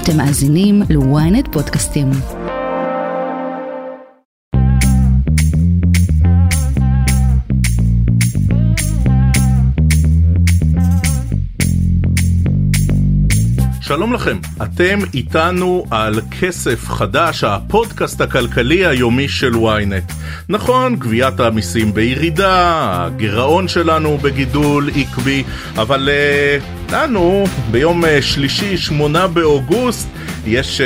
אתם מאזינים ל-ynet פודקאסטים. שלום לכם, אתם איתנו על כסף חדש, הפודקאסט הכלכלי היומי של ynet. נכון, גביית המיסים בירידה, הגירעון שלנו בגידול עקבי, אבל לנו ביום שלישי 8 באוגוסט יש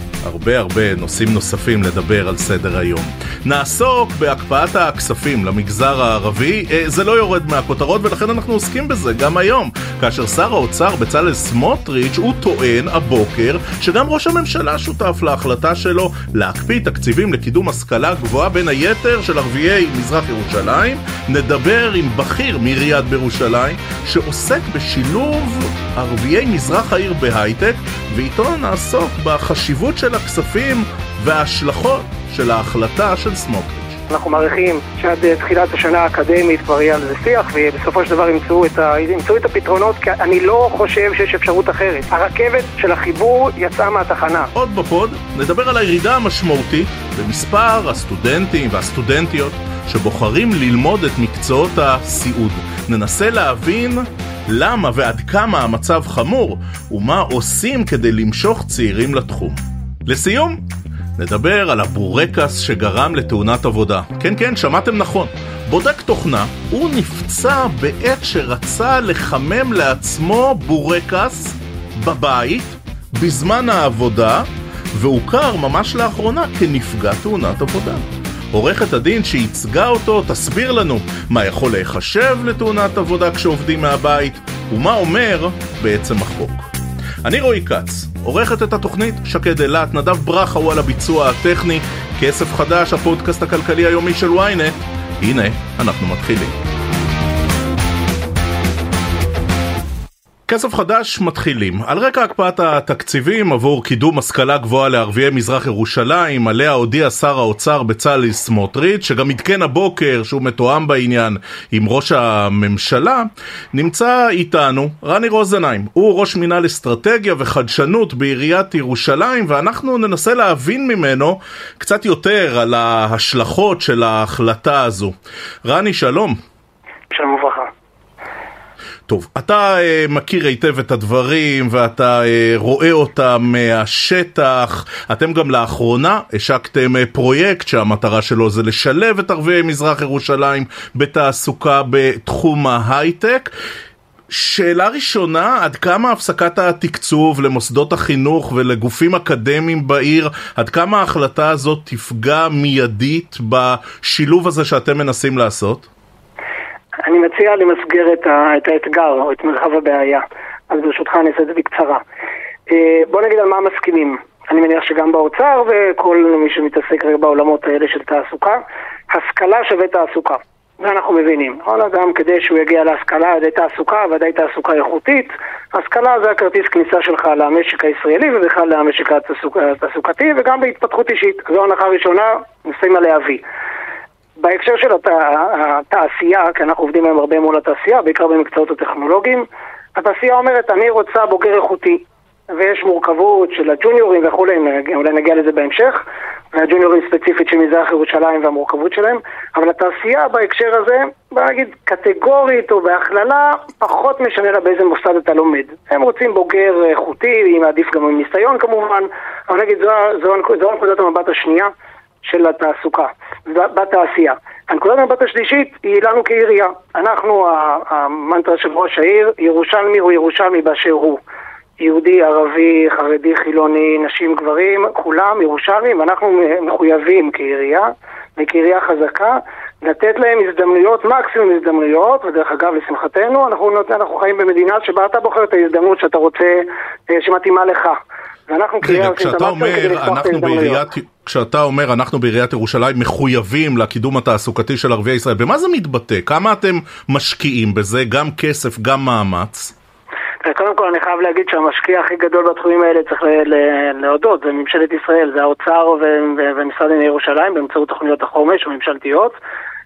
הרבה נושאים נוספים לדבר על סדר היום. נעסוק בהקפאת הכספים למגזר הערבי, זה לא יורד מהכותרות ולכן אנחנו עוסקים בזה גם היום, כאשר שר האוצר בצלאל סמוטריץ' הוא טוען הבוקר שגם ראש הממשלה שותף להחלטה שלו להקפיא תקציבים לקידום השכלה גבוהה בין היתר של ערביי מזרח ירושלים. נדבר עם בכיר מעיריית בירושלים שעוסק בשילוב ערביי מזרח העיר בהייטק, ואיתו נעסוק בחשיבות של הכספים וההשלכות של ההחלטה של סמוטריץ'. אנחנו מעריכים שעד תחילת השנה האקדמית כבר יהיה על זה שיח, ובסופו של דבר ימצאו את הפתרונות, כי אני לא חושב שיש אפשרות אחרת. הרכבת של החיבור יצאה מהתחנה. עוד בפוד נדבר על הירידה המשמעותית במספר הסטודנטים והסטודנטיות שבוחרים ללמוד את מקצועות הסיעוד. ננסה להבין למה ועד כמה המצב חמור ומה עושים כדי למשוך צעירים לתחום. לסיום, נדבר על הבורקס שגרם לתאונת עבודה. כן, שמעתם נכון. בודק תוכנה, הוא נפצע בעת שרצה לחמם לעצמו בורקס בבית בזמן העבודה, והוכר ממש לאחרונה כנפגע תאונת עבודה. עורכת הדין שהצגה אותו תסביר לנו מה יכול להיחשב לתאונת עבודה כשעובדים מהבית ומה אומר בעצם החוק. אני רועי כץ, עורכת את התוכנית שקד אלת, נדב ברכה הוא על הביצוע הטכני. כסף חדש, הפודקאסט הכלכלי היומי של ynet. הנה, אנחנו מתחילים. כסף חדש מתחילים. על רקע הקפאת התקציבים עבור קידום השכלה גבוהה לערביי מזרח ירושלים, עליה הודיע שר האוצר בצלאל סמוטריץ', שגם עדכן הבוקר שהוא מתואם בעניין עם ראש הממשלה. נמצא איתנו רני רוזנהיים, הוא ראש מינהל אסטרטגיה וחדשנות בעיריית ירושלים, ואנחנו ננסה להבין ממנו קצת יותר על ההשלכות של ההחלטה הזו. רני, שלום. שלום וברכה. טוב, אתה מכיר היטב את הדברים ואתה רואה אותם מהשטח. אתם גם לאחרונה השקתם פרויקט שהמטרה שלו זה לשלב את ערביי מזרח ירושלים בתעסוקה בתחום ההייטק. שאלה ראשונה, עד כמה הפסקת התקצוב למוסדות החינוך ולגופים אקדמיים בעיר, עד כמה ההחלטה הזאת תפגע מיידית בשילוב הזה שאתם מנסים לעשות? אני מציע למסגר את האתגר או את מרחב הבעיה, אז ברשותך אני אעשה את זה בקצרה. בוא נגיד על מה מסכימים. אני מניח שגם באוצר וכל מי שמתעסק בעולמות האלה של תעסוקה, השכלה שווה תעסוקה. זה אנחנו מבינים. כל אדם כדי שהוא יגיע להשכלה על ידי תעסוקה ועדי תעסוקה איכותית, השכלה זה הכרטיס כניסה שלך למשק הישראלי ובכלל למשק התעסוקתי וגם בהתפתחות אישית. זו הנחה ראשונה, נסיים עליה וי. בהקשר של התעשייה, כי אנחנו עובדים היום הרבה מול התעשייה, בעיקר במקצועות הטכנולוגיים, התעשייה אומרת, אני רוצה בוגר איכותי, ויש מורכבות של הג'וניורים וכו', אולי נגיע לזה בהמשך, והג'וניורים ספציפית של מזרח ירושלים והמורכבות שלהם, אבל התעשייה בהקשר הזה, בוא נגיד קטגורית או בהכללה, פחות משנה לה באיזה מוסד אתה לומד. הם רוצים בוגר איכותי, אם עדיף גם עם ניסיון כמובן, אבל נגיד זו נקודת המבט השנייה של התעסוקה, בתעשייה. הנקודת המבט השלישית היא לנו כעירייה. אנחנו, המנטרה של ראש העיר, ירושלמי הוא ירושלמי באשר הוא. יהודי, ערבי, חרדי, חילוני, נשים, גברים, כולם ירושלמים, ואנחנו מחויבים כעירייה, וכעירייה חזקה, לתת להם הזדמנויות, מקסימום הזדמנויות, ודרך אגב, לשמחתנו, אנחנו חיים במדינה שבה אתה בוחר את ההזדמנות שאתה רוצה, שמתאימה לך. ואנחנו כעירייה עושים את המקסימום כדי לפתוח את ההזדמנויות. כשאתה אומר, אנחנו בעיריית ירושלים מחויבים לקידום התעסוקתי של ערביי ישראל, במה זה מתבטא? כמה אתם משקיעים בזה, גם כסף, גם מאמץ? קודם כל אני חייב להגיד שהמשקיע הכי גדול בתחומים האלה צריך להודות, זה ממשלת ישראל, זה האוצר ומשרד לענייני ירושלים באמצעות תוכניות החומש וממשלתיות.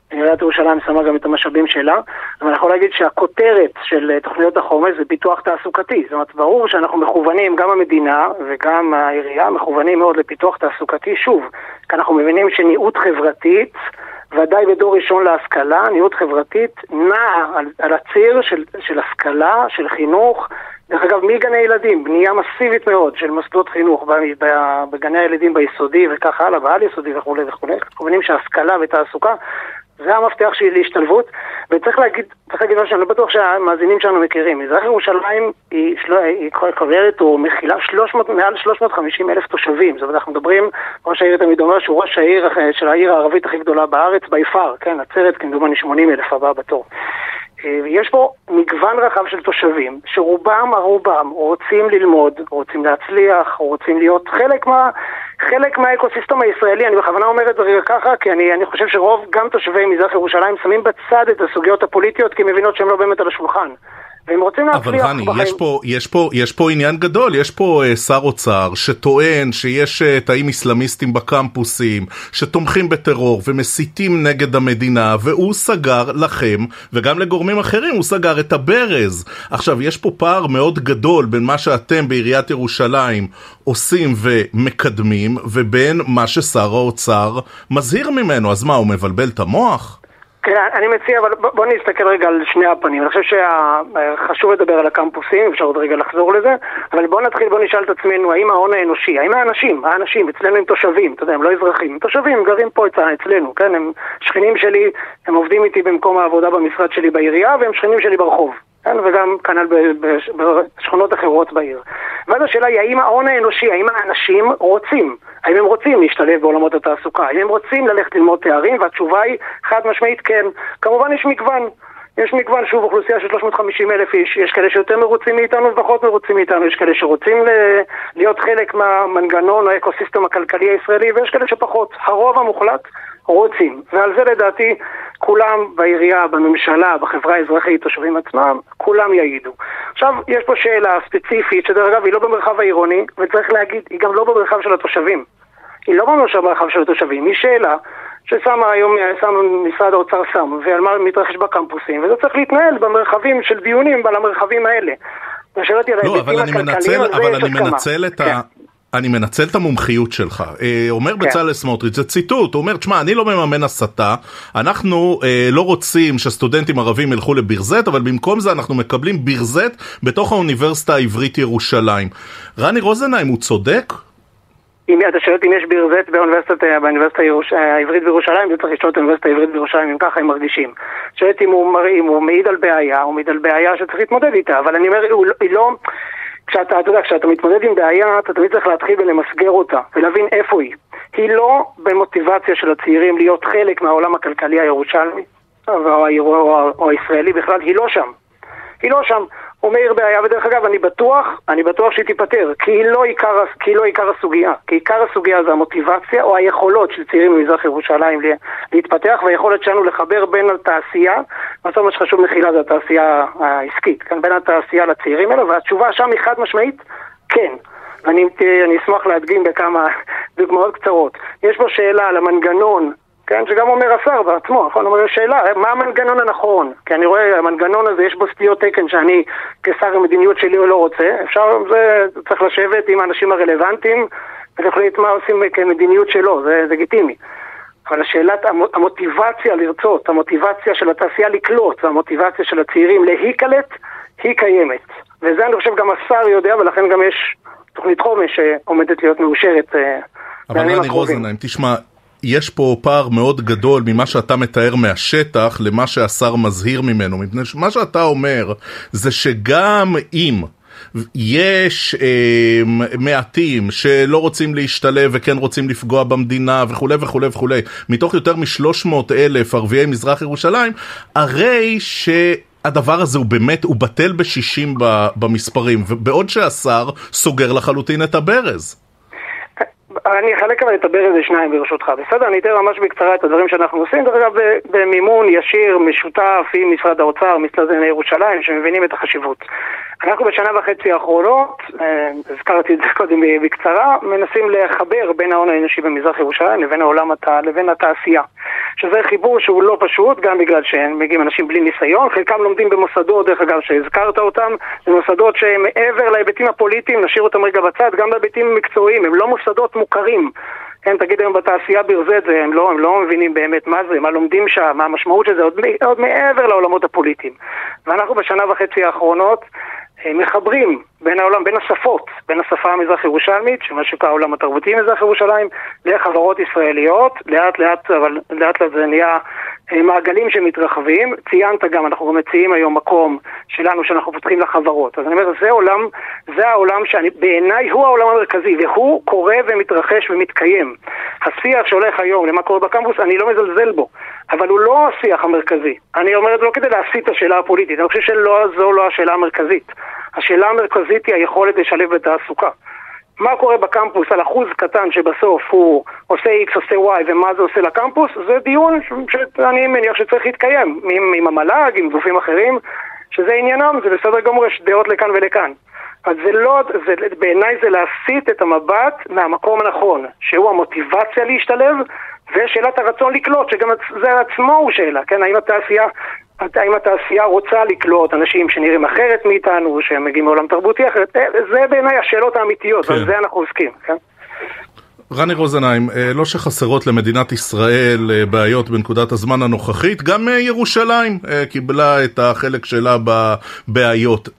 עיריית ירושלים שמה גם את המשאבים שלה, אבל אני יכול להגיד שהכותרת של תוכניות החומש זה פיתוח תעסוקתי. זאת אומרת, ברור שאנחנו מכוונים, גם המדינה וגם העירייה, מכוונים מאוד לפיתוח תעסוקתי. שוב, כי אנחנו מבינים שניעות חברתית, ודאי בדור ראשון להשכלה, ניעות חברתית נעה על הציר של השכלה, של חינוך, דרך אגב, מגני ילדים, בנייה מסיבית מאוד של מוסדות חינוך בגני הילדים ביסודי וכך הלאה, בעל יסודי וכו' וכו'. אנחנו מבינים שההשכלה ותעסוקה זה המפתח שלי להשתלבות, וצריך להגיד משהו, אני לא בטוח שהמאזינים שלנו מכירים. מזרח ירושלים היא כוללת או מכילה מעל 350,000 תושבים. זאת אומרת, אנחנו מדברים, ראש העיר תמיד אומר שהוא ראש העיר של העיר הערבית הכי גדולה בארץ, ביפר, כן, נצרת, כמדומני 80,000 הבאה בתור. יש פה מגוון רחב של תושבים, שרובם רוצים ללמוד, רוצים להצליח, רוצים להיות חלק מהאקוסיסטם הישראלי. אני בכוונה אומר את זה רגע ככה, כי אני חושב שרוב גם תושבי מזרח ירושלים שמים בצד את הסוגיות הפוליטיות, כי מבינות שהם לא באמת על השולחן. והם רוצים להצליח בחיים. אבל רני, יש פה עניין גדול, יש פה שר אוצר שטוען שיש תאים אסלאמיסטים בקמפוסים, שתומכים בטרור ומסיתים נגד המדינה, והוא סגר לכם, וגם לגורמים אחרים, הוא סגר את הברז. עכשיו, יש פה פער מאוד גדול בין מה שאתם בעיריית ירושלים עושים ומקדמים, ובין מה ששר האוצר מזהיר ממנו. אז מה, הוא מבלבל את המוח? כן, אני מציע, אבל בוא נסתכל רגע על שני הפנים. אני חושב שחשוב לדבר על הקמפוסים, אפשר עוד רגע לחזור לזה, אבל בוא נשאל את עצמנו, האם ההון האנושי, האם האנשים, אצלנו הם תושבים, אתה יודע, הם לא אזרחים, הם תושבים, גרים פה אצלנו, כן, הם שכנים שלי, הם עובדים איתי במקום העבודה במשרד שלי בעירייה, והם שכנים שלי ברחוב. וגם כנ"ל בשכונות אחרות בעיר. ואז השאלה היא, האם ההון האנושי, האם האנשים רוצים? האם הם רוצים להשתלב בעולמות התעסוקה? האם הם רוצים ללכת ללמוד תארים? והתשובה היא חד משמעית כן. כמובן יש מגוון, שוב, אוכלוסייה של 350,000 איש. יש כאלה שיותר מרוצים מאיתנו ופחות מרוצים מאיתנו. יש כאלה שרוצים להיות חלק מהמנגנון, האקוסיסטם הכלכלי הישראלי, ויש כאלה שפחות. הרוב המוחלט רוצים. ועל זה לדעתי כולם בעירייה, בממשלה, בחברה האזרחית, תושבים עצמם, כולם יעידו. עכשיו, יש פה שאלה ספציפית, שדרך אגב היא לא במרחב העירוני, וצריך להגיד, היא גם לא במרחב של התושבים. היא לא במרחב של התושבים, היא שאלה ששם היום, משרד האוצר שם, ועל מה מתרחש בקמפוסים, וזה צריך להתנהל במרחבים של דיונים, על המרחבים האלה. לא, אבל אני מנצל את המומחיות שלך. אומר בצלאל סמוטריץ', זה ציטוט, הוא אומר, תשמע, אני לא מממן הסתה, אנחנו לא רוצים שסטודנטים ערבים ילכו לברזט, אבל במקום זה אנחנו מקבלים ברזט בתוך האוניברסיטה העברית ירושלים. רני רוזנהיים, הוא צודק? אם אתה שואלת אם יש ברזט באוניברסיטה העברית בירושלים, זה צריך לשאול את האוניברסיטה העברית בירושלים, אם ככה הם מרגישים. שואלת אם הוא מעיד על בעיה, הוא מעיד על בעיה שצריך להתמודד איתה, אבל אני אומר, היא לא... כשאתה מתמודד עם בעיה, אתה תמיד צריך להתחיל ולמסגר אותה, ולהבין איפה היא. היא לא במוטיבציה של הצעירים להיות חלק מהעולם הכלכלי הירושלמי, או הישראלי בכלל, היא לא שם. היא לא שם. הוא מאיר בעיה, ודרך אגב, אני בטוח שהיא תיפטר, כי היא לא עיקר הסוגיה. כי עיקר הסוגיה זה המוטיבציה, או היכולות של צעירים במזרח ירושלים להתפתח, והיכולת שלנו לחבר בין התעשייה, בסוף מה שחשוב מחילה זה התעשייה העסקית, כאן בין התעשייה לצעירים האלה, והתשובה שם היא חד משמעית, כן. אני אשמח להדגים בכמה דוגמאות קצרות. יש פה שאלה על המנגנון, כן, שגם אומר השר בעצמו, נכון, אומר שאלה, מה המנגנון הנכון? כי אני רואה, המנגנון הזה, יש בו סטיות תקן שאני כשר המדיניות שלי לא רוצה, צריך לשבת עם האנשים הרלוונטיים, ולהחליט מה עושים כמדיניות שלו, זה לגיטימי. אבל השאלת המוטיבציה לרצות, המוטיבציה של התעשייה לקלוט, והמוטיבציה של הצעירים להיקלט, היא קיימת. וזה אני חושב גם השר יודע, ולכן גם יש תוכנית חומש שעומדת להיות מאושרת. אבל רני רוזנהיים, תשמע, יש פה פער מאוד גדול ממה שאתה מתאר מהשטח למה שהשר מזהיר ממנו. מה שאתה אומר זה שגם אם יש מעטים שלא רוצים להשתלב וכן רוצים לפגוע במדינה וכו' וכו' וכו', מתוך יותר מ-300,000 ערביי מזרח ירושלים, הרי שהדבר הזה הוא באמת, הוא בטל ב-60 במספרים, ובעוד שהשר סוגר לחלוטין את הברז. אני אחלק אבל את הברז לשניים ברשותך, בסדר? אני אתאר ממש בקצרה את הדברים שאנחנו עושים, דרך אגב במימון ישיר משותף עם משרד האוצר, משרד ירושלים, שמבינים את החשיבות. אנחנו בשנה וחצי האחרונות, הזכרתי את זה קודם בקצרה, מנסים לחבר בין ההון האנושי במזרח ירושלים לבין לבין התעשייה. שזה חיבור שהוא לא פשוט, גם בגלל שהם מגיעים אנשים בלי ניסיון, חלקם לומדים במוסדות, דרך אגב שהזכרת אותם, במוסדות שהם מעבר להיבטים הפוליטיים, נשאיר אותם רגע בצד, גם להיבטים מקצועיים, הם לא מוסדות מוכרים. כן, תגיד היום בתעשייה ברזית, הם לא מבינים באמת מה זה, מה לומדים שם, מה המשמעות של זה, עוד מעבר לעולמות הפוליטיים. ואנחנו בשנה וחצי האחרונות מחברים בין העולם, בין השפות, בין השפה המזרח ירושלמית, שמה שקרה העולם התרבותי מזרח ירושלים, לחברות ישראליות, לאט לאט זה נהיה מעגלים שמתרחבים. ציינת גם, אנחנו גם מציעים היום מקום שלנו שאנחנו פותחים לחברות. אז אני אומר, זה העולם שבעיניי הוא העולם המרכזי, והוא קורה ומתרחש ומתקיים. השיח שהולך היום למה קורה בקמפוס, אני לא מזלזל בו, אבל הוא לא השיח המרכזי. אני אומר את זה לא כדי להסיט את השאלה הפוליטית, אני חושב שזו לא השאלה המרכזית. השאלה המרכזית היא היכולת לשלב בתעסוקה. מה קורה בקמפוס על אחוז קטן שבסוף הוא עושה X, עושה Y, ומה זה עושה לקמפוס, זה דיון שאני מניח שצריך להתקיים עם המל"ג, עם גופים אחרים, שזה עניינם, זה בסדר גמור, יש דעות לכאן ולכאן. אז בעיניי זה להסיט את המבט מהמקום הנכון, שהוא המוטיבציה להשתלב, ושאלת הרצון לקלוט, שגם זה עצמו הוא שאלה, כן? האם התעשייה רוצה לקלוט אנשים שנראים אחרת מאיתנו, שהם מגיעים מעולם תרבותי אחרת, זה בעיניי השאלות האמיתיות, כן. ועל זה אנחנו עוסקים, כן? רני רוזנהיים, לא שחסרות למדינת ישראל בעיות בנקודת הזמן הנוכחית, גם ירושלים קיבלה את החלק שלה בבעיות.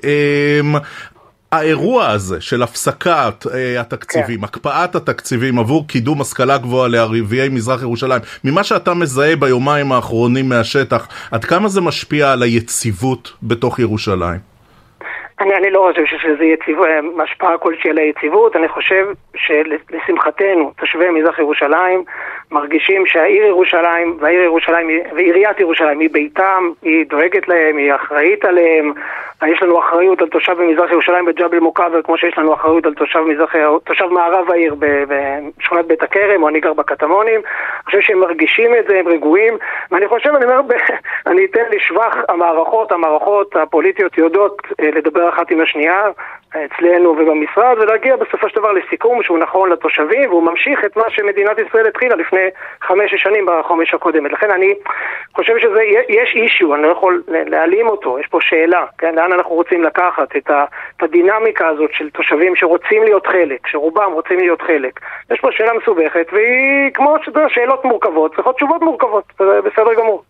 האירוע הזה של הפסקת התקציבים, הקפאת התקציבים עבור קידום השכלה גבוהה לערביי מזרח ירושלים, ממה שאתה מזהה ביומיים האחרונים מהשטח, עד כמה זה משפיע על היציבות בתוך ירושלים? אני לא חושב שזה משפעה כלשהי על היציבות. אני חושב שלשמחתנו תושבי מזרח ירושלים מרגישים שהעיר ירושלים ועיריית ירושלים היא ביתם, היא דואגת להם, היא אחראית עליהם. יש לנו אחריות על תושב במזרח ירושלים בג'בל מוקאבר, כמו שיש לנו אחריות על תושב מערב העיר בשכונת בית הכרם, או אני גר בקטמונים. אני חושב שהם מרגישים את זה, הם רגועים, ואני חושב, אני אתן לשבח המערכות הפוליטיות יודעות לדבר אחת עם השנייה, אצלנו ובמשרד, ולהגיע בסופו של דבר לסיכום שהוא נכון לתושבים, והוא ממשיך את מה שמדינת ישראל התחילה לפני 5 שנים בחומש הקודמת. לכן אני חושב יש אישיו, אני לא יכול להעלים אותו, יש פה שאלה, כן? לאן אנחנו רוצים לקחת את הדינמיקה הזאת של תושבים שרוצים להיות חלק, שרובם רוצים להיות חלק. יש פה שאלה מסובכת, והיא כמו שאלות מורכבות, צריכות תשובות מורכבות, זה בסדר גמור.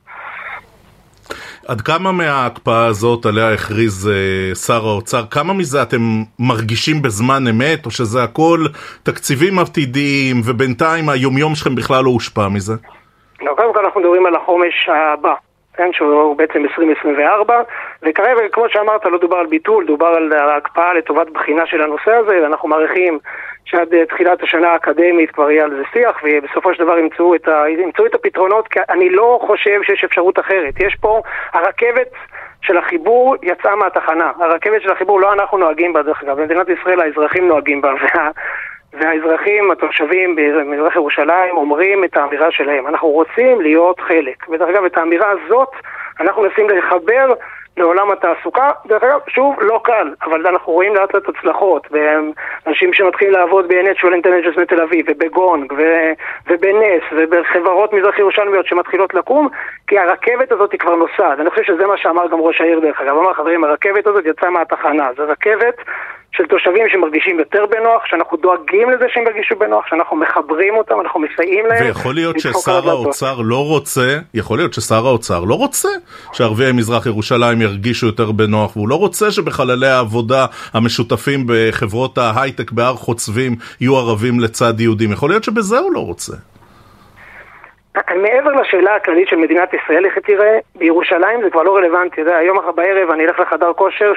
עד כמה מההקפאה הזאת עליה הכריז שר האוצר, כמה מזה אתם מרגישים בזמן אמת, או שזה הכל תקציבים עתידיים, ובינתיים היומיום שלכם בכלל לא הושפע מזה? לא, קודם כל אנחנו מדברים על החומש הבא, כן, שהוא בעצם 2024, וכרגע, כמו שאמרת, לא דובר על ביטול, דובר על ההקפאה לטובת בחינה של הנושא הזה, ואנחנו מעריכים שעד תחילת השנה האקדמית כבר יהיה על זה שיח, ובסופו של דבר ימצאו את הפתרונות, כי אני לא חושב שיש אפשרות אחרת. יש פה, הרכבת של החיבור יצאה מהתחנה. הרכבת של החיבור לא אנחנו נוהגים בה, דרך אגב, במדינת ישראל האזרחים נוהגים בה, והאזרחים, התושבים במזרח ירושלים אומרים את האמירה שלהם. אנחנו רוצים להיות חלק. ודרך אגב, את האמירה הזאת אנחנו נסים לחבר לעולם התעסוקה, דרך אגב, שוב, לא קל, אבל אנחנו רואים לאט לאט הצלחות, ואנשים שמתחילים לעבוד ב-Natural Intelligence בתל אביב, ובגונג, ובנס, ובחברות מזרח ירושלמיות שמתחילות לקום, כי הרכבת הזאת היא כבר נוסעת. אני חושב שזה מה שאמר גם ראש העיר דרך אגב. אמר, חברים, הרכבת הזאת יצאה מהתחנה. זו רכבת של תושבים שמרגישים יותר בנוח, שאנחנו דואגים לזה שהם ירגישו בנוח, שאנחנו מחברים אותם, אנחנו מסייעים להם. ויכול להיות ששר האוצר לא רוצה שערביי מזרח ירושלים ירגישו יותר בנוח, והוא לא רוצה שבחללי העבודה המשותפים בחברות ההייטק בהר חוצבים יהיו ערבים לצד יהודים. יכול להיות שבזה הוא לא רוצה. מעבר לשאלה הכללית של מדינת ישראל, איך תראה, בירושלים זה כבר לא רלוונטי. היום בערב אני אלך לחדר כושר,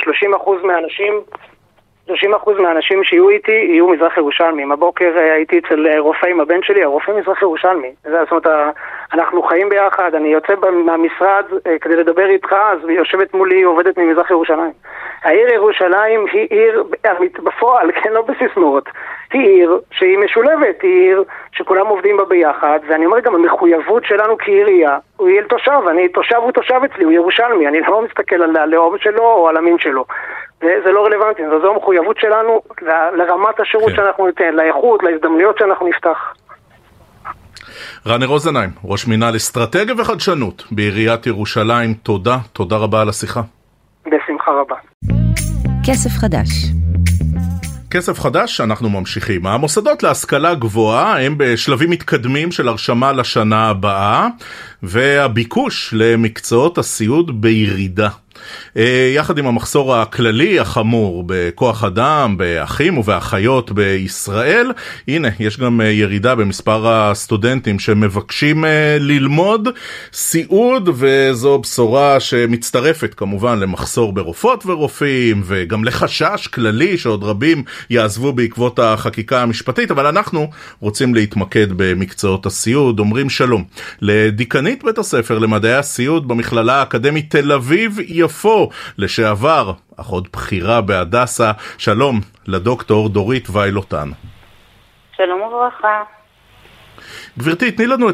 30% מהאנשים שיהיו איתי יהיו מזרח ירושלמים. הבוקר הייתי אצל רופא עם הבן שלי, הרופא מזרח ירושלמי. זאת אומרת, אנחנו חיים ביחד, אני יוצא מהמשרד כדי לדבר איתך, אז יושבת מולי עובדת ממזרח ירושלים. העיר ירושלים היא עיר, בפועל, כן, לא בסיסמאות, היא עיר שהיא משולבת, היא עיר שכולם עובדים בה ביחד, ואני אומר גם המחויבות שלנו כעירייה, הוא יהיה תושב, הוא תושב אצלי, הוא ירושלמי, אני לא מסתכל על הלאום שלו או על המין שלו. זה לא רלוונטי, זו המחויבות שלנו לרמת השירות שאנחנו ניתן, לאיכות, להזדמנויות שאנחנו נפתח. רני רוזנהיים, ראש מינהל אסטרטגיה וחדשנות בעיריית ירושלים, תודה רבה על השיחה. בשמחה רבה. כסף חדש. כסף חדש, אנחנו ממשיכים. המוסדות להשכלה גבוהה הם בשלבים מתקדמים של הרשמה לשנה הבאה, והביקוש למקצועות הסיעוד בירידה. יחד עם המחסור הכללי החמור בכוח אדם, באחים ובאחיות בישראל, הנה, יש גם ירידה במספר הסטודנטים שמבקשים ללמוד סיעוד, וזו בשורה שמצטרפת כמובן למחסור ברופאות ורופאים, וגם לחשש כללי שעוד רבים יעזבו בעקבות החקיקה המשפטית, אבל אנחנו רוצים להתמקד במקצועות הסיעוד. אומרים שלום לדיקנית בית הספר למדעי הסיעוד במכללה האקדמית תל אביב יפו, לשעבר אחות בכירה בהדסה. שלום לדוקטור דורית ויילוטן. שלום וברכה. גברתי, תני לנו את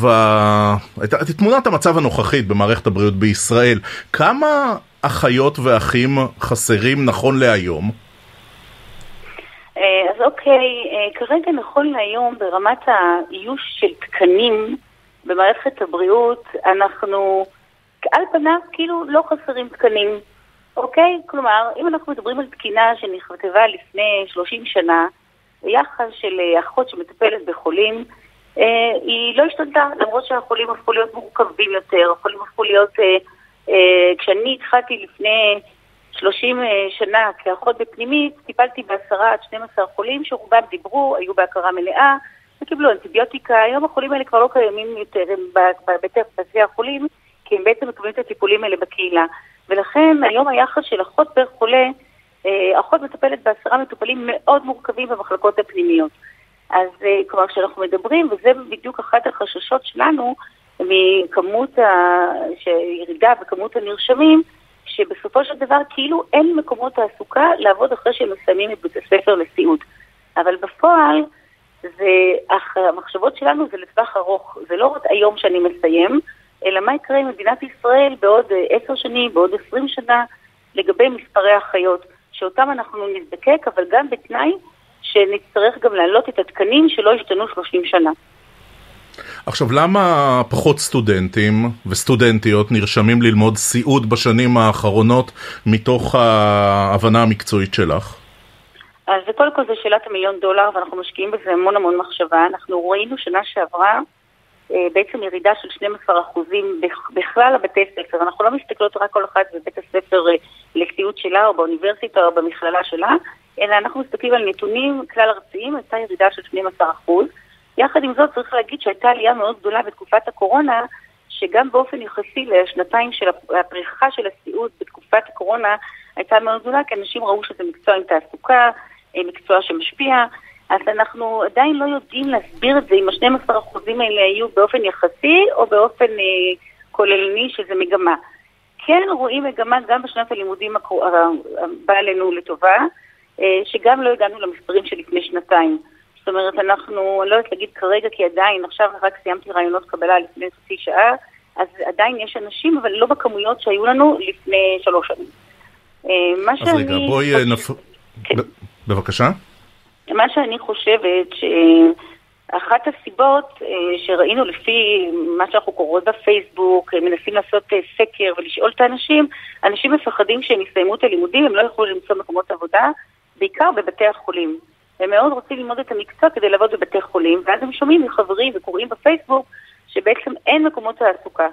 תמונת המצב הנוכחית במערכת הבריאות בישראל. כמה אחיות ואחים חסרים נכון להיום? אז אוקיי, כרגע נכון להיום ברמת האיוש של תקנים במערכת הבריאות, אנחנו על פניו כאילו לא חסרים תקנים, אוקיי? כלומר, אם אנחנו מדברים על תקינה שנכתבה לפני 30 שנה, ביחס של אחות שמטפלת בחולים, היא לא השתנתה, למרות שהחולים הפכו להיות מורכבים יותר, החולים הפכו להיות, כשאני התחלתי לפני 30 שנה כאחות בפנימית, טיפלתי ב10-12 חולים שרובם דיברו, היו בהכרה מלאה, וקיבלו אנטיביוטיקה. היום החולים האלה כבר לא קיימים יותר בבתי החולים, כי הם בעצם מקבלים את הטיפולים האלה בקהילה. ולכן היום היחס של אחות פר חולה, אחות מטפלת ב10 מטופלים מאוד מורכבים במחלקות הפנימיות. אז כלומר, כשאנחנו מדברים, וזה בדיוק אחת החששות שלנו, מכמות הירידה וכמות הנרשמים, שבסופו של דבר כאילו אין מקומות תעסוקה לעבוד אחרי שהם מסיימים את בית הספר לסיעוד. אבל בפועל, המחשבות שלנו זה לטווח ארוך. זה לא רק היום שאני מסיים, אלא מה יקרה עם מדינת ישראל בעוד 10 שנים, בעוד 20 שנה, לגבי מספרי האחיות, שאותם אנחנו נזדקק, אבל גם בתנאי שנצטרך גם להעלות את התקנים שלא ישתנו 30 שנה. עכשיו, למה פחות סטודנטים וסטודנטיות נרשמים ללמוד סיעוד בשנים האחרונות מתוך ההבנה המקצועית שלך? אז קודם כל זה שאלת $1,000,000, ואנחנו משקיעים בזה המון מחשבה. אנחנו ראינו שנה שעברה בעצם ירידה של 12% בכלל הבתי ספר. אנחנו לא מסתכלות רק כל אחד בבית הספר לסיעוד שלה או באוניברסיטה או במכללה שלה, אלא אנחנו מסתכלים על נתונים כלל ארציים, הייתה ירידה של 12%. יחד עם זאת צריך להגיד שהייתה עלייה מאוד גדולה בתקופת הקורונה, שגם באופן יחסי לשנתיים של הפריחה של הסיעוד בתקופת הקורונה הייתה מאוד גדולה, כי אנשים ראו שזה מקצוע עם תעסוקה, מקצוע שמשפיע, אז אנחנו עדיין לא יודעים להסביר את זה אם ה-12% האלה היו באופן יחסי או באופן כוללני שזה מגמה. כן רואים מגמה גם בשנת הלימודים הבאה עלינו לטובה, שגם לא הגענו למספרים שלפני שנתיים. זאת אומרת, אנחנו לא יודעת להגיד כרגע, כי עדיין, עכשיו רק סיימתי רעיונות קבלה לפני חצי שעה, אז עדיין יש אנשים, אבל לא בכמויות שהיו לנו לפני 3 שנים. אז רגע, בואי בבקשה. מה שאני חושבת, שאחת הסיבות שראינו לפי מה שאנחנו קוראות בפייסבוק, מנסים לעשות סקר ולשאול את האנשים, אנשים מפחדים שהם יסיימו את הלימודים, הם לא יכולו למצוא מקומות עבודה, בעיקר בבתי החולים. הם מאוד רוצים ללמוד את המקצוע כדי לעבוד בבתי חולים, ואז הם שומעים מחברים וקוראים בפייסבוק שבעצם אין מקומות תעסוקה.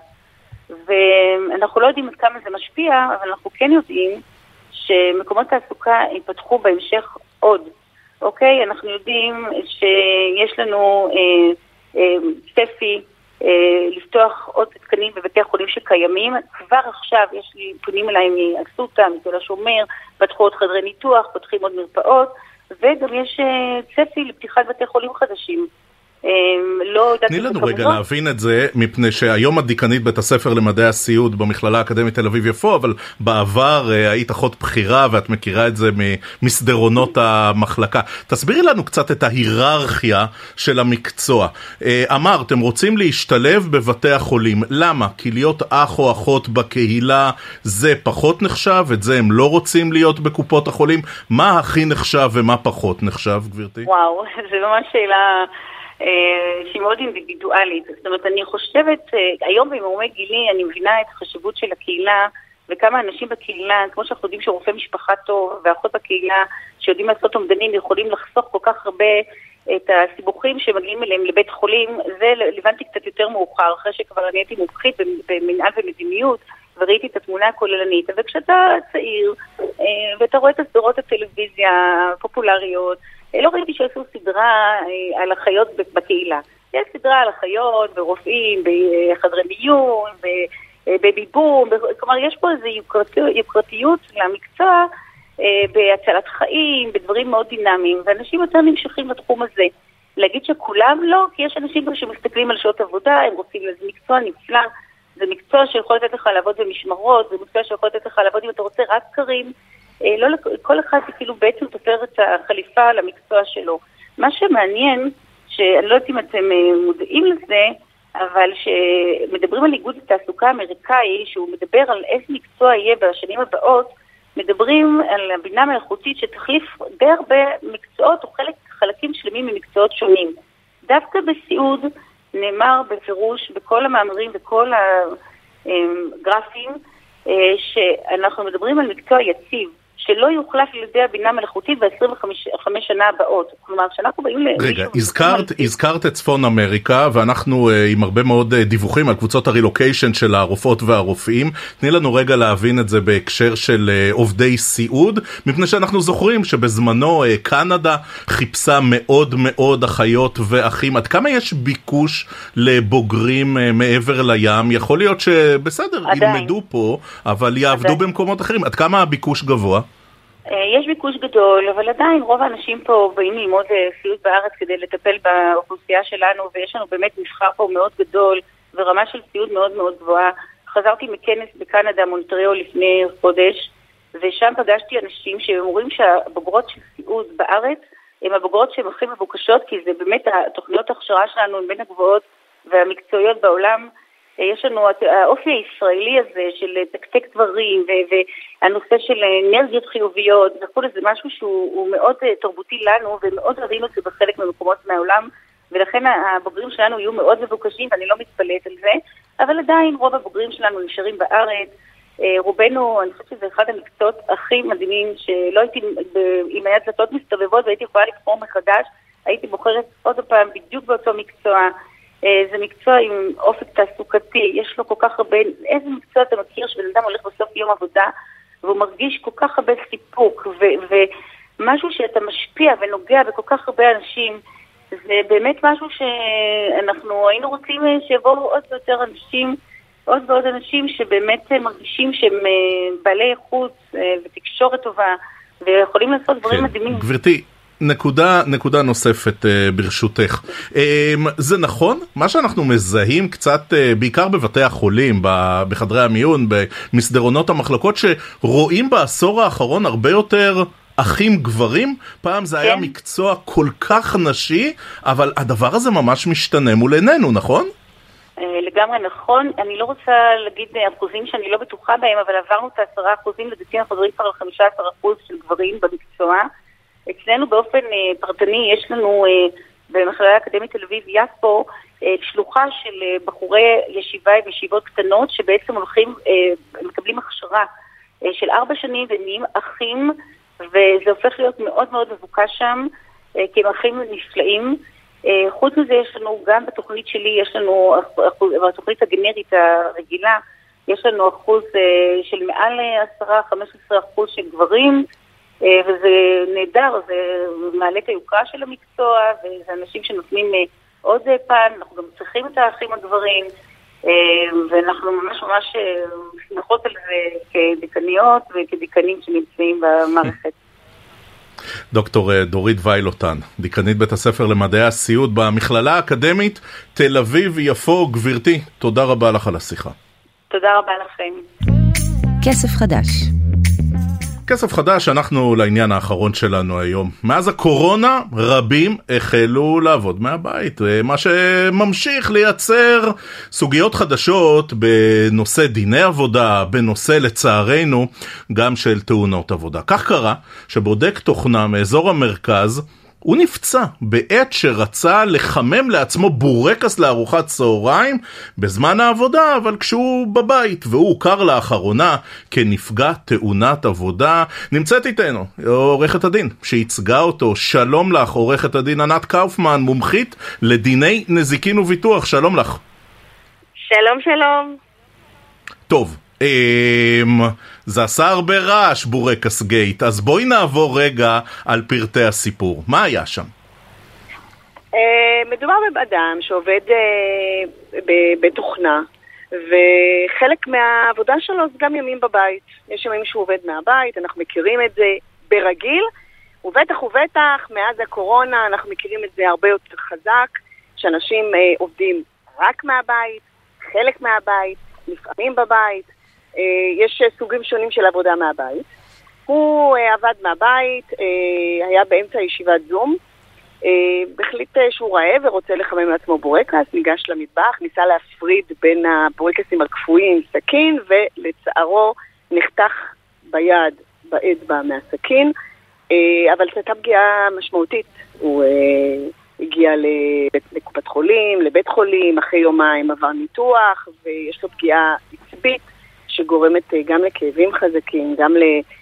ואנחנו לא יודעים עד כמה זה משפיע, אבל אנחנו כן יודעים שמקומות תעסוקה ייפתחו בהמשך עוד. אוקיי? אנחנו יודעים שיש לנו צפי לפתוח עוד תקנים בבתי החולים שקיימים. כבר עכשיו יש לי פונים אליי מאסותא, מתל השומר, פתחו עוד חדרי ניתוח, פותחים עוד מרפאות, וגם יש צפי לפתיחת בתי חולים חדשים. תני לנו רגע להבין את זה, מפני שהיום הדיקנית בית הספר למדעי הסיעוד במכללה האקדמית תל אביב יפו, אבל בעבר היית אחות בכירה ואת מכירה את זה מסדרונות המחלקה. תסבירי לנו קצת את ההיררכיה של המקצוע. אמרת, אתם רוצים להשתלב בבתי החולים. למה? כי להיות אח או אחות בקהילה זה פחות נחשב, את זה הם לא רוצים להיות בקופות החולים. מה הכי נחשב ומה פחות נחשב, גברתי? וואו, זה ממש שאלה שהיא מאוד אינדיבידואלית. זאת אומרת, אני חושבת, היום במרומי גילי אני מבינה את החשיבות של הקהילה, וכמה אנשים בקהילה, כמו שאנחנו יודעים שרופא משפחה טוב, ואחות בקהילה שיודעים לעשות אומדנים, יכולים לחסוך כל כך הרבה את הסיבוכים שמגיעים אליהם לבית חולים. זה לבנתי קצת יותר מאוחר, אחרי שכבר אני הייתי מומחית במנהל ומדיניות, וראיתי את התמונה הכוללנית. וכשאתה צעיר, ואתה רואה את הסדרות הטלוויזיה הפופולריות, לא ראיתי שעשו סדרה על החיות בקהילה. יש סדרה על החיות, ברופאים, בחדרי מיון, בביבום, כלומר יש פה איזו יוקרתיות למקצוע, בהצלת חיים, בדברים מאוד דינמיים, ואנשים יותר נמשכים לתחום הזה. להגיד שכולם לא, כי יש אנשים שמסתכלים על שעות עבודה, הם רוצים, זה מקצוע נפלא, זה מקצוע שיכול לתת לך לעבוד במשמרות, זה מקצוע שיכול לתת לך לעבוד אם אתה רוצה רק קרים, לא, כל אחד כאילו בעצם תופר את החליפה למקצוע שלו. מה שמעניין, שאני לא יודעת אם אתם מודעים לזה, אבל שמדברים על איגוד התעסוקה האמריקאי, שהוא מדבר על איזה מקצוע יהיה בשנים הבאות, מדברים על הבינה המלאכותית שתחליף די הרבה מקצועות או חלקים שלמים ממקצועות שונים. דווקא בסיעוד נאמר בפירוש בכל המאמרים וכל הגרפים שאנחנו מדברים על מקצוע יציב, שלא יוחלף על ידי הבינה המלאכותית ב-25 שנה הבאות. כלומר, שאנחנו באים רגע, הזכרת את צפון אמריקה, ואנחנו עם הרבה מאוד דיווחים על קבוצות הרילוקיישן של הרופאות והרופאים. תני לנו רגע להבין את זה בהקשר של עובדי סיעוד, מפני שאנחנו זוכרים שבזמנו קנדה חיפשה מאוד מאוד אחיות ואחים. עד כמה יש ביקוש לבוגרים מעבר לים? יכול להיות שבסדר, ילמדו פה, אבל יעבדו במקומות אחרים. עד כמה הביקוש גבוה? יש ביקוש גדול, אבל עדיין רוב האנשים פה באים ללמוד סיעוד בארץ כדי לטפל באוכלוסייה שלנו, ויש לנו באמת מבחר פה מאוד גדול ורמה של סיעוד מאוד מאוד גבוהה. חזרתי מכנס בקנדה, מונטריאול, לפני חודש, ושם פגשתי אנשים שאומרים שהבוגרות של סיעוד בארץ הן הבוגרות שהן הכי מבוקשות, כי זה באמת התוכניות ההכשרה שלנו הן בין הגבוהות והמקצועיות בעולם. יש לנו האופי הישראלי הזה של תקתק דברים והנושא של אנרגיות חיוביות וכו', זה משהו שהוא מאוד תרבותי לנו ומאוד ראינו את זה בחלק ממקומות מהעולם, ולכן הבוגרים שלנו יהיו מאוד מבוקשים ואני לא מתפלאת על זה, אבל עדיין רוב הבוגרים שלנו נשארים בארץ. רובנו, אני חושבת שזה אחד המקצועות הכי מדהימים שלא הייתי עם היד דלתות מסתובבות והייתי יכולה לבחור מחדש, הייתי בוחרת עוד פעם בדיוק באותו מקצוע. זה מקצוע עם אופק תעסוקתי, יש לו כל כך הרבה, איזה מקצוע אתה מכיר שבן אדם הולך בסוף יום עבודה והוא מרגיש כל כך הרבה סיפוק ומשהו שאתה משפיע ונוגע בכל כך הרבה אנשים, זה באמת משהו שאנחנו היינו רוצים שיבואו עוד ויותר אנשים, עוד ועוד אנשים שבאמת מרגישים שהם בעלי איכות ותקשורת טובה ויכולים לעשות דברים מדהימים. גברתי, נקודה נוספת ברשותך. זה נכון? מה שאנחנו מזהים קצת, בעיקר בבתי החולים, בחדרי המיון, במסדרונות המחלקות, שרואים בעשור האחרון הרבה יותר אחים גברים. פעם זה היה מקצוע כל כך נשי, אבל הדבר הזה ממש משתנה מול עינינו, נכון? לגמרי נכון. אני לא רוצה להגיד אחוזים שאני לא בטוחה בהם, אבל עברנו את 10%, לדעתי אנחנו מדברים כבר על 15% של גברים במקצוע. אצלנו באופן פרטני יש לנו במכללה האקדמית תל אביב יפו שלוחה של בחורי ישיבה עם ישיבות קטנות שבעצם הולכים, מקבלים הכשרה של 4 שנים ונהיים אחים, וזה הופך להיות מאוד מאוד מבוקש שם, כי הם אחים נפלאים. חוץ מזה יש לנו גם בתוכנית שלי, יש לנו בתוכנית הגנרית הרגילה, יש לנו אחוז של מעל 10-15% של גברים, וזה נהדר, זה מעלה את היוקרה של המקצוע, וזה אנשים שנותנים עוד פן, אנחנו גם צריכים את האחים הגברים, ואנחנו ממש ממש שמחות על זה כדיקניות וכדיקנים שנמצאים במערכת. דוקטור דורית ויילוטן, דיקנית בית הספר למדעי הסיעוד במכללה האקדמית תל אביב יפו. גברתי, תודה רבה לך על השיחה. תודה רבה לכם. כסף חדש. כסף חדש, אנחנו לעניין האחרון שלנו היום. מאז הקורונה רבים החלו לעבוד מהבית, מה שממשיך לייצר סוגיות חדשות בנושא דיני עבודה, בנושא לצערנו גם של תאונות עבודה. כך קרה שבודק תוכנה מאזור המרכז הוא נפצע בעת שרצה לחמם לעצמו בורקס לארוחת צהריים בזמן העבודה, אבל כשהוא בבית, והוא הוכר לאחרונה כנפגע תאונת עבודה. נמצאת איתנו עורכת הדין שהצגה אותו. שלום לך, עורכת הדין ענת קאופמן, מומחית לדיני נזיקין וביטוח. שלום לך. שלום, שלום. טוב, זה עשה הרבה רעש בורקס גייט, אז בואי נעבור רגע על פרטי הסיפור. מה היה שם? מדובר באדם שעובד בתוכנה, וחלק מהעבודה שלו זה גם ימים בבית. יש ימים שהוא עובד מהבית, אנחנו מכירים את זה ברגיל, ובטח מאז הקורונה אנחנו מכירים את זה הרבה יותר חזק, שאנשים עובדים רק מהבית, חלק מהבית, לפעמים בבית. יש סוגים שונים של עבודה מהבית. הוא עבד מהבית, היה באמצע ישיבת זום, החליט שהוא רעב ורוצה לחמם לעצמו בורקס, ניגש למטבח, ניסה להפריד בין הבורקסים הקפואים סכין, ולצערו נחתך ביד, באצבע מהסכין, אבל זו הייתה פגיעה משמעותית. הוא הגיע לקופת חולים, לבית חולים, אחרי יומיים עבר ניתוח, ויש לו פגיעה עצבית, שגורמת גם לכאבים חזקים, גם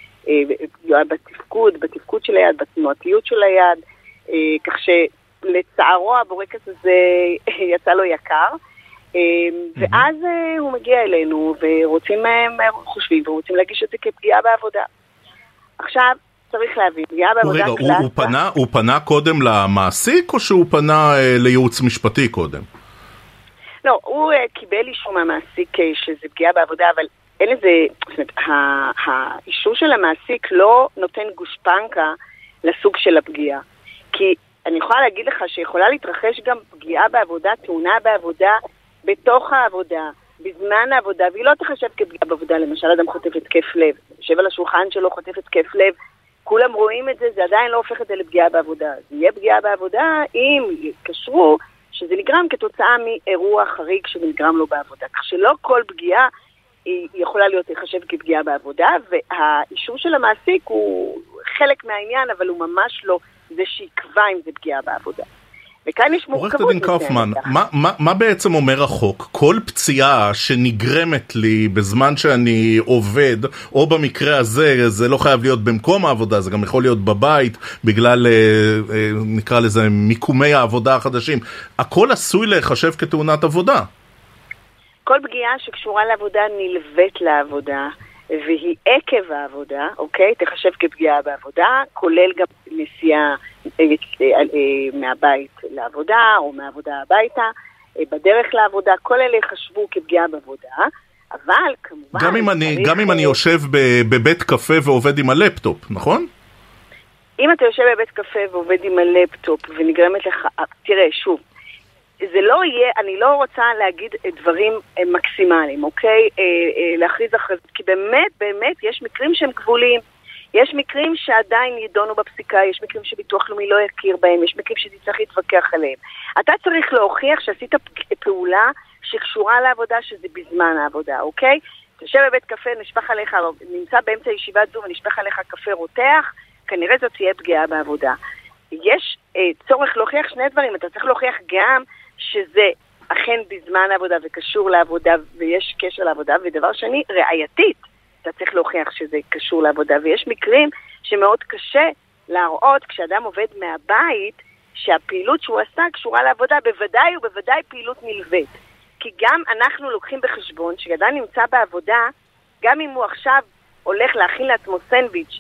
בתפקוד של היד, בתנועתיות של היד, כך שלצערו הבורקס הזה יצא לו יקר, ואז הוא מגיע אלינו וחושבים ורוצים להגיש את זה כפגיעה בעבודה. עכשיו צריך להבין, פגיעה בעבודה קלאסה. הוא פנה קודם למעסיק או שהוא פנה לייעוץ משפטי קודם? לא, הוא קיבל אישור מהמעסיק שזה פגיעה בעבודה, אבל אין לזה, זאת אומרת, האישור של המעסיק לא נותן גושפנקה לסוג של הפגיעה. כי אני יכולה להגיד לך שיכולה להתרחש גם פגיעה בעבודה, תאונה בעבודה, בתוך העבודה, בזמן העבודה, והיא לא תחשב כפגיעה בעבודה. למשל, אדם חוטף התקף לב, יושב על השולחן שלו, חוטף התקף לב, כולם רואים את זה, זה עדיין לא הופך את זה לפגיעה בעבודה. זה יהיה פגיעה בעבודה אם יקשרו שזה נגרם כתוצאה מאירוע חריג שנגרם לו בעבודה. כך שלא כל פגיעה היא יכולה להיות לחשב כפגיעה בעבודה, והאישור של המעסיק הוא חלק מהעניין, אבל הוא ממש לא זה שיקבע אם זה פגיעה בעבודה. וכאן יש מורכבות. עורכת הדין קאופמן, מה בעצם אומר החוק? כל פציעה שנגרמת לי בזמן שאני עובד, או במקרה הזה, זה לא חייב להיות במקום העבודה, זה גם יכול להיות בבית, בגלל, נקרא לזה, מיקומי העבודה החדשים. הכל עשוי לחשב כתאונת עבודה. כל פגיעה שקשורה לעבודה נלווית לעבודה, והיא עקב העבודה, אוקיי? תחשב כפגיעה בעבודה, כולל גם נסיעה מהבית לעבודה, או מהעבודה הביתה, בדרך לעבודה, כל אלה חשבו כפגיעה בעבודה, אבל כמובן... גם אם אני יושב בבית קפה ועובד עם הלפטופ, נכון? אם אתה יושב בבית קפה ועובד עם הלפטופ, ונגרמת לך... תראה, שוב, זה לא יהיה, אני לא רוצה להגיד דברים מקסימליים, אוקיי? להכריז אחרי זה, כי באמת יש מקרים שהם גבוליים, יש מקרים שעדיין ידונו בפסיקה, יש מקרים שביטוח לאומי לא יכיר בהם, יש מקרים שתצטרך להתווכח עליהם. אתה צריך להוכיח שעשית פעולה שקשורה לעבודה, שזה בזמן העבודה, אוקיי? תשב בבית קפה, נשפך עליך, נמצא באמצע ישיבת זום ונשפך עליך קפה רותח, כנראה זאת תהיה פגיעה בעבודה. יש צורך להוכיח שני דברים, אתה צריך להוכיח גם שזה אכן בזמן העבודה וקשור לעבודה ויש קשר לעבודה, ודבר שני, ראייתית, אתה צריך להוכיח שזה קשור לעבודה, ויש מקרים שמאוד קשה להראות כשאדם עובד מהבית, שהפעילות שהוא עשה קשורה לעבודה, בוודאי פעילות נלווית. כי גם אנחנו לוקחים בחשבון שאדם נמצא בעבודה, גם אם הוא עכשיו הולך להכין לעצמו סנדוויץ'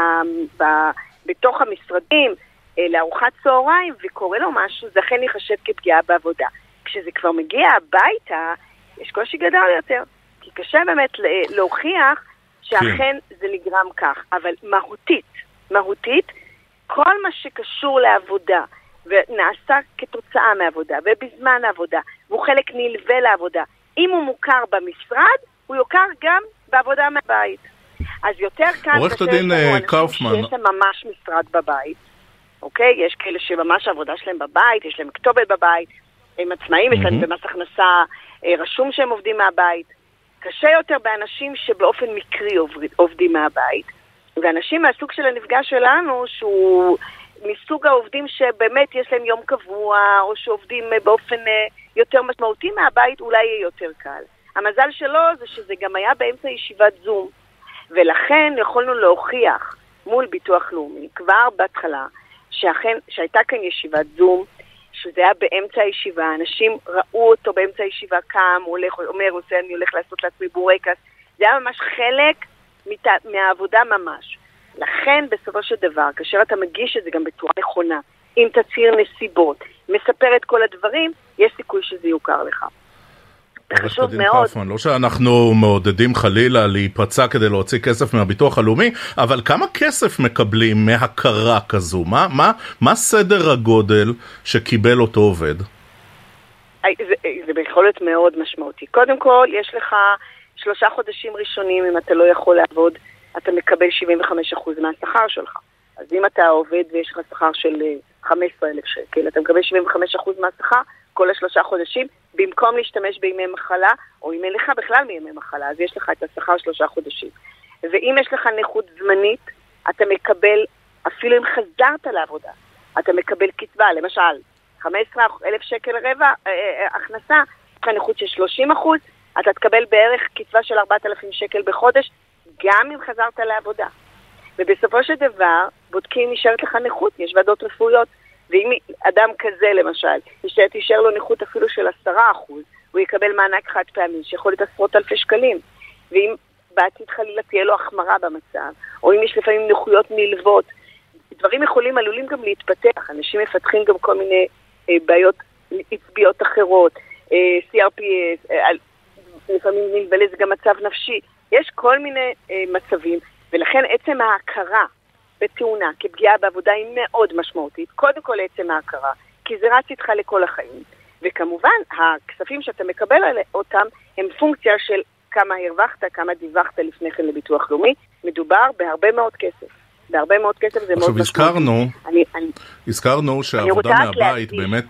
בתוך המשרדים, לארוחת צהריים, וקורא לו משהו, זה אכן ייחשב כפגיעה בעבודה. כשזה כבר מגיע הביתה, יש קושי גדול יותר. כי קשה באמת להוכיח שאכן זה נגרם כך. אבל מהותית, כל מה שקשור לעבודה, ונעשה כתוצאה מעבודה, ובזמן העבודה, והוא חלק נלווה לעבודה, אם הוא מוכר במשרד, הוא יוכר גם בעבודה מהבית. אז יותר כאן עורכת הדין קאופמן, שיש להם ממש משרד בבית, אוקיי? יש כאלה שממש העבודה שלהם בבית, יש להם כתובת בבית, הם עצמאים, יש להם במס הכנסה רשום שהם עובדים מהבית. קשה יותר באנשים שבאופן מקרי עובדים מהבית. ואנשים מהסוג של הנפגש שלנו, שהוא מסוג מסוג העובדים שבאמת יש להם יום קבוע, או שעובדים באופן יותר משמעותי מהבית, אולי יהיה יותר קל. המזל שלו זה שזה גם היה באמצע ישיבת זום, ולכן יכולנו להוכיח מול ביטוח לאומי, כבר בהתחלה, שהייתה כאן ישיבת זום, שזה היה באמצע הישיבה, אנשים ראו אותו באמצע הישיבה, קם, אומר, אני הולך לעשות לעצמי בורקס, זה היה ממש חלק מהעבודה ממש. לכן בסופו של דבר, כאשר אתה מגיש את זה גם בצורה נכונה, עם תצהיר נסיבות, מספר את כל הדברים, יש סיכוי שזה יוכר לך. חשוב מאוד. קפמן, לא שאנחנו מעודדים חלילה להיפצע כדי להוציא כסף מהביטוח הלאומי, אבל כמה כסף מקבלים מהכרה כזו? מה סדר הגודל שקיבל אותו עובד? זה ביכולת מאוד משמעותי. קודם כל, יש לך 3 חודשים ראשונים, אם אתה לא יכול לעבוד, אתה מקבל 75% מהשכר שלך. אז אם אתה עובד ויש לך שכר של 15,000 שקל, אתה מקבל 75% מהשכר, כל 3 חודשים, במקום להשתמש בימי מחלה, או אם אין לך בכלל מימי מחלה, אז יש לך את השכר 3 חודשים. ואם יש לך נכות זמנית, אתה מקבל, אפילו אם חזרת לעבודה, אתה מקבל קצבה, למשל, 15,000 שקל רבע, הכנסה, נכות של 30%, אתה תקבל בערך קצבה של 4,000 שקל בחודש, גם אם חזרת לעבודה. ובסופו של דבר, בודקים נשארת לך נכות, יש ועדות רפואיות, ואם אדם כזה למשל, תישאר לו נכות אפילו של 10%, הוא יקבל מענק חד פעמי, שיכול להיות עשרות אלפי שקלים. ואם בעתיד חלילה תהיה לו החמרה במצב, או אם יש לפעמים נכויות נלוות, דברים עלולים גם להתפתח, אנשים מפתחים גם כל מיני בעיות עצביות אחרות, CRPS, לפעמים נלווה לזה גם מצב נפשי, יש כל מיני מצבים, ולכן עצם ההכרה בתאונה כפגיעה בעבודה היא מאוד משמעותית, קודם כל עצם ההכרה, כי זה רץ איתך לכל החיים, וכמובן הכספים שאתה מקבל אותם הם פונקציה של כמה הרווחת, כמה דיווחת לפני כן לביטוח לאומי, מדובר בהרבה מאוד כסף. בהרבה מאוד כסף זה מאוד משמעותי. הזכרנו שהעבודה מהבית באמת...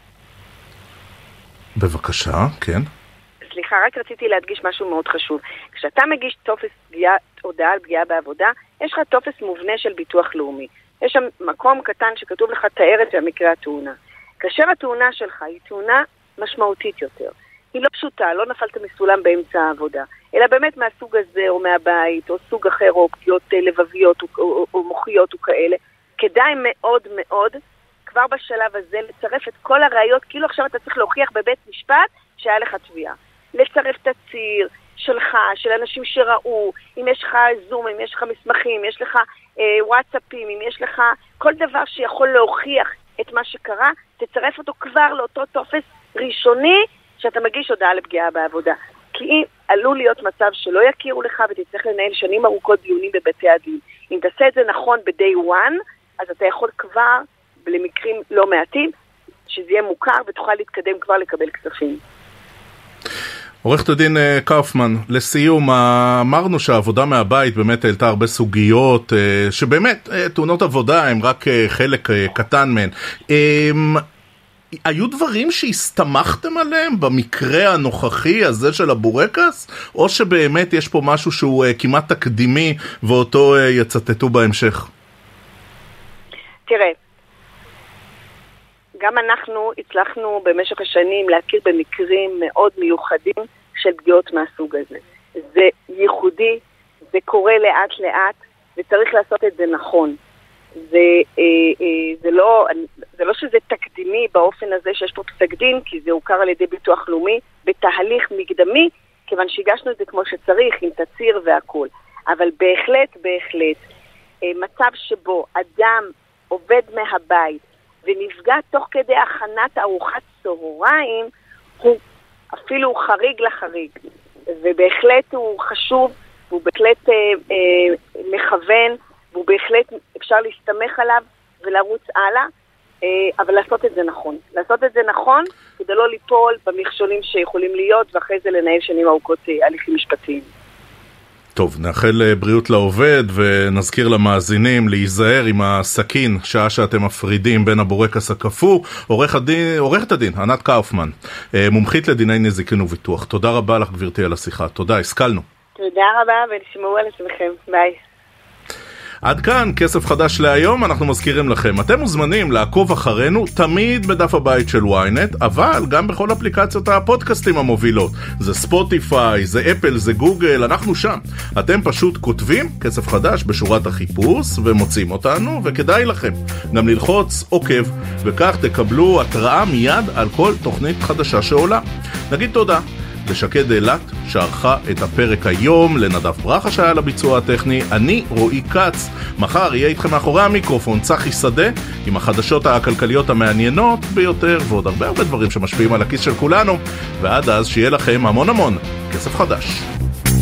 בבקשה, כן. סליחה, רק רציתי להדגיש משהו מאוד חשוב. כשאתה מגיש טופס הודעה על פגיעה בעבודה, יש לך טופס מובנה של ביטוח לאומי. יש שם מקום קטן שכתוב לך תאר את המקרה התאונה. כאשר התאונה שלך היא תאונה משמעותית יותר. היא לא פשוטה, לא נפלת מסולם באמצע העבודה, אלא באמת מהסוג הזה או מהבית, או סוג אחר, או פגיעות לבביות או מוחיות וכאלה. כדאי מאוד מאוד, כבר בשלב הזה, לצרף את כל הראיות, כאילו עכשיו אתה צריך להוכיח בבית משפט שהיה לך תביעה. לצרף תצהיר שלך, של אנשים שראו, אם יש לך זום, אם יש לך מסמכים, אם יש לך וואטסאפים, אם יש לך כל דבר שיכול להוכיח את מה שקרה, תצרף אותו כבר לאותו טופס ראשוני שאתה מגיש הודעה לפגיעה בעבודה. כי עלול להיות מצב שלא יכירו לך ותצטרך לנהל שנים ארוכות דיונים בבתי הדין. אם תעשה את זה נכון ב-day one, אז אתה יכול כבר, למקרים לא מעטים, שזה יהיה מוכר ותוכל להתקדם כבר לקבל כספים. עורכת הדין קאופמן, לסיום, אמרנו שהעבודה מהבית באמת העלתה הרבה סוגיות, שבאמת תאונות עבודה הם רק חלק קטן מהן. היו דברים שהסתמכתם עליהם במקרה הנוכחי הזה של הבורקס, או שבאמת יש פה משהו שהוא כמעט תקדימי ואותו יצטטו בהמשך? תראה, גם אנחנו הצלחנו במשך השנים להכיר במקרים מאוד מיוחדים של פגיעות מהסוג הזה. זה ייחודי, זה קורה לאט לאט, וצריך לעשות את זה נכון. זה לא שזה תקדימי באופן הזה שיש פה פסק דין, כי זה הוכר על ידי ביטוח לאומי בתהליך מקדמי, כיוון שהגשנו את זה כמו שצריך, עם תצהיר והכל. אבל בהחלט, מצב שבו אדם עובד מהבית, ונפגע תוך כדי הכנת ארוחת צהריים, הוא אפילו חריג לחריג. ובהחלט הוא חשוב, והוא בהחלט מכוון, והוא בהחלט אפשר להסתמך עליו ולרוץ הלאה, אבל לעשות את זה נכון. לעשות את זה נכון כדי לא ליפול במכשולים שיכולים להיות, ואחרי זה לנהל שנים ארוכות הליכים משפטיים. טוב, נאחל בריאות לעובד ונזכיר למאזינים להיזהר עם הסכין שעה שאתם מפרידים בין הבורקס הקפוא. עורכת הדין ענת קאופמן, מומחית לדיני נזיקין וביטוח. תודה רבה לך גברתי על השיחה. תודה, השכלנו. תודה רבה ונשמעו על עצמכם. ביי. עד כאן כסף חדש להיום. אנחנו מזכירים לכם, אתם מוזמנים לעקוב אחרינו תמיד בדף הבית של ynet, אבל גם בכל אפליקציות הפודקאסטים המובילות. זה ספוטיפיי, זה אפל, זה גוגל, אנחנו שם. אתם פשוט כותבים כסף חדש בשורת החיפוש ומוצאים אותנו, וכדאי לכם גם ללחוץ עוקב, וכך תקבלו התראה מיד על כל תוכנית חדשה שעולה. נגיד תודה לשקד אילת שערכה את הפרק היום, לנדב ברכה שהיה לביצוע הטכני, אני רועי קץ. מחר יהיה איתכם מאחורי המיקרופון צחי שדה עם החדשות הכלכליות המעניינות ביותר ועוד הרבה דברים שמשפיעים על הכיס של כולנו, ועד אז שיהיה לכם המון המון כסף חדש.